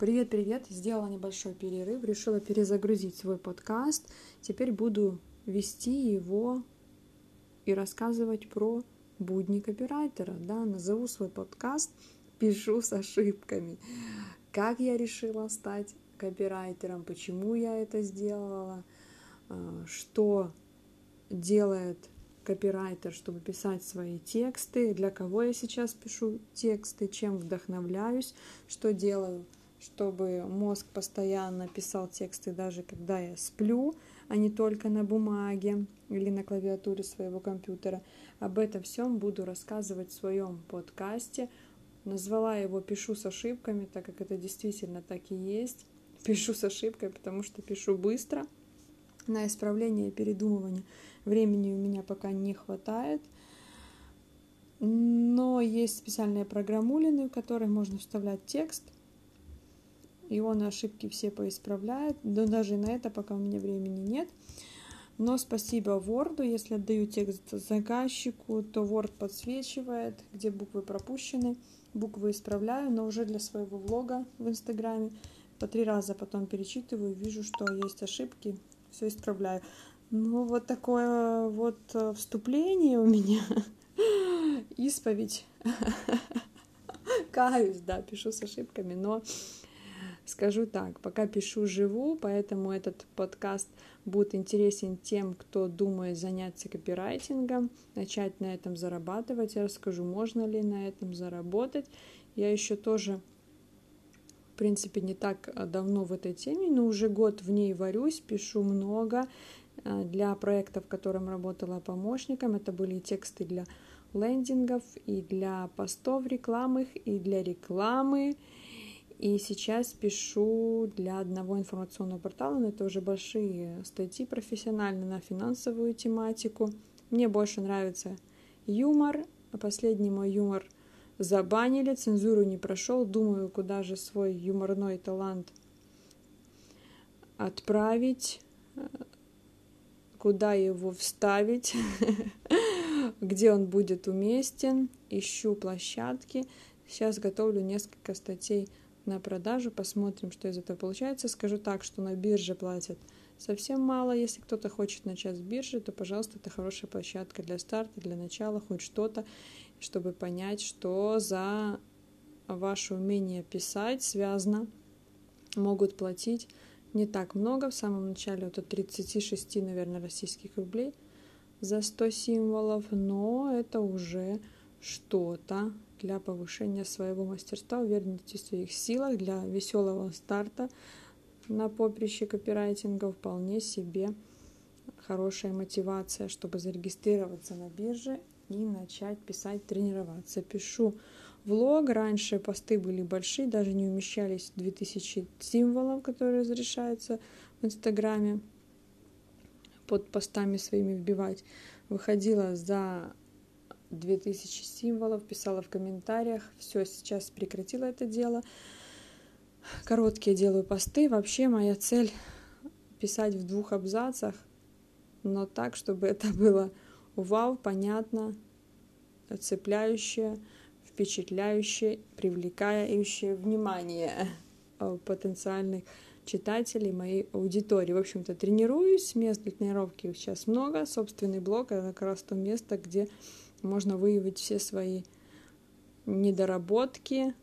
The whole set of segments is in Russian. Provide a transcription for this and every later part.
Привет! Сделала небольшой перерыв, решила перезагрузить свой подкаст. Теперь буду вести его и рассказывать про будни копирайтера. Назову свой подкаст «Пишу с ошибками». Как я решила стать копирайтером, почему я это сделала, что делает копирайтер, чтобы писать свои тексты, для кого я сейчас пишу тексты, чем вдохновляюсь, что делаю, чтобы мозг постоянно писал тексты, даже когда я сплю, а не только на бумаге или на клавиатуре своего компьютера. Об этом всем буду рассказывать в своем подкасте. Назвала его «Пишу с ошибками», так как это действительно так и есть. Пишу с ошибкой, потому что пишу быстро. На исправление и передумывание времени у меня пока не хватает. Но есть специальные программулины, в которых можно вставлять текст, и он ошибки все поисправляет. Но даже на это пока у меня времени нет. Но спасибо Word, если отдаю текст заказчику, то Word подсвечивает, где буквы пропущены, буквы исправляю, но уже для своего влога в Инстаграме по 3 раза потом перечитываю, вижу, что есть ошибки, все исправляю. Ну, вот такое вот вступление у меня, исповедь, каюсь, пишу с ошибками, но скажу так, пока пишу живу, поэтому этот подкаст будет интересен тем, кто думает заняться копирайтингом, начать на этом зарабатывать. Я расскажу, можно ли на этом заработать. Я еще тоже, в принципе, не так давно в этой теме, но уже год в ней варюсь, пишу много для проектов, в котором работала помощником. Это были тексты для лендингов, и для постов рекламных, и для рекламы. И сейчас пишу для одного информационного портала, но это уже большие статьи профессиональные на финансовую тематику. Мне больше нравится юмор. Последний мой юмор забанили, цензуру не прошел. Думаю, куда же свой юморной талант отправить, куда его вставить, где он будет уместен. Ищу площадки. Сейчас готовлю несколько статей на продажу, посмотрим, что из этого получается. Скажу так, что на бирже платят совсем мало. Если кто-то хочет начать с биржи, то, пожалуйста, это хорошая площадка для старта, для начала, хоть что-то, чтобы понять, что за ваше умение писать связно могут платить не так много. В самом начале от 36, наверное, российских рублей за 100 символов, но это уже что-то для повышения своего мастерства, уверенности в своих силах, для веселого старта на поприще копирайтинга вполне себе хорошая мотивация, чтобы зарегистрироваться на бирже и начать писать, тренироваться. Пишу влог, раньше посты были большие, даже не умещались 2000 символов, которые разрешаются в Инстаграме под постами своими вбивать. Выходила за 2000 символов, писала в комментариях. Все, сейчас прекратила это дело. Короткие делаю посты. Вообще моя цель писать в 2 абзацах, но так, чтобы это было вау, понятно, цепляющее, впечатляющее, привлекающее внимание потенциальных читателей моей аудитории. В общем-то, тренируюсь, мест для тренировки сейчас много. Собственный блог — это как раз то место, где можно выявить все свои недоработки,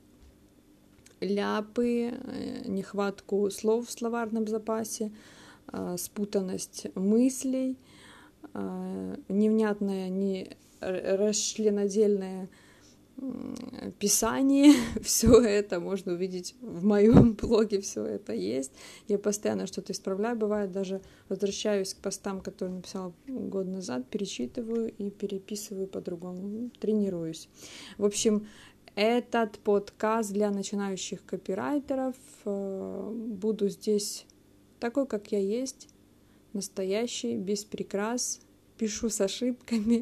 ляпы, нехватку слов в словарном запасе, спутанность мыслей, невнятное, не расчленодельное писание. Все это можно увидеть в моем блоге, все это есть. Я постоянно что-то исправляю, бывает, даже возвращаюсь к постам, которые написала год назад, перечитываю и переписываю по-другому, тренируюсь. В общем, этот подкаст для начинающих копирайтеров. Буду здесь такой, как я есть, настоящий, без прикрас. Пишу с ошибками,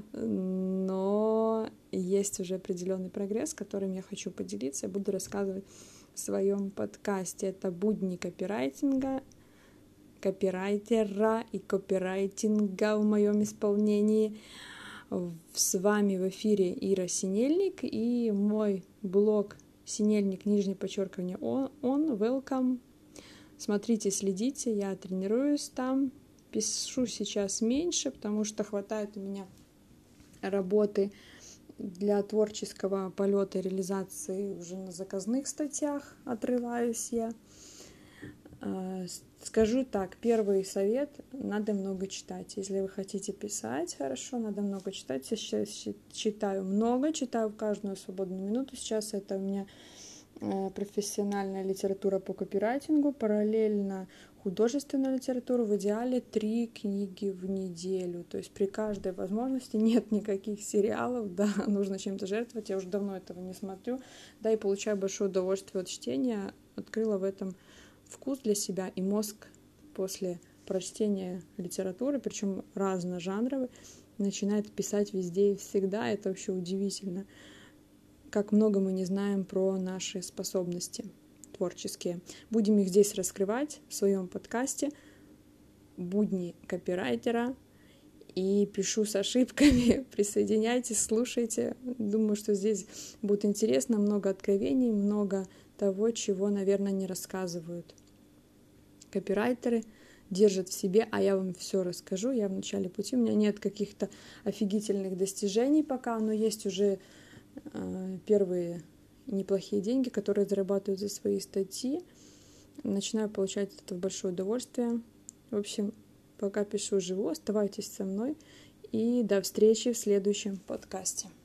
но есть уже определенный прогресс, которым я хочу поделиться. Я буду рассказывать в своем подкасте. Это будни копирайтинга, копирайтера и копирайтинга в моем исполнении. С вами в эфире Ира Синельник и мой блог Синельник, нижнее подчеркивание, он, welcome. Смотрите, следите, я тренируюсь там. Пишу сейчас меньше, потому что хватает у меня работы для творческого полета и реализации уже на заказных статьях, отрываюсь я. Скажу так, первый совет, надо много читать. Если вы хотите писать хорошо, надо много читать. Я сейчас читаю много, читаю в каждую свободную минуту. Сейчас это у меня профессиональная литература по копирайтингу, параллельно художественная литература, в идеале 3 книги в неделю. То есть при каждой возможности нет никаких сериалов, да, нужно чем-то жертвовать. Я уже давно этого не смотрю, да, и получаю большое удовольствие от чтения. Открыла в этом вкус для себя, и мозг после прочтения литературы, причем разножанровой, начинает писать везде и всегда. Это вообще удивительно, как много мы не знаем про наши способности творческие. Будем их здесь раскрывать в своем подкасте «Будни копирайтера». И пишу с ошибками. Присоединяйтесь, слушайте. Думаю, что здесь будет интересно, много откровений, много того, чего, наверное, не рассказывают копирайтеры, держат в себе, а я вам все расскажу. Я в начале пути, у меня нет каких-то офигительных достижений пока, но есть уже первые неплохие деньги, которые зарабатывают за свои статьи. Начинаю получать от этого большое удовольствие. В общем, пока пишу, живу, оставайтесь со мной. И до встречи в следующем подкасте.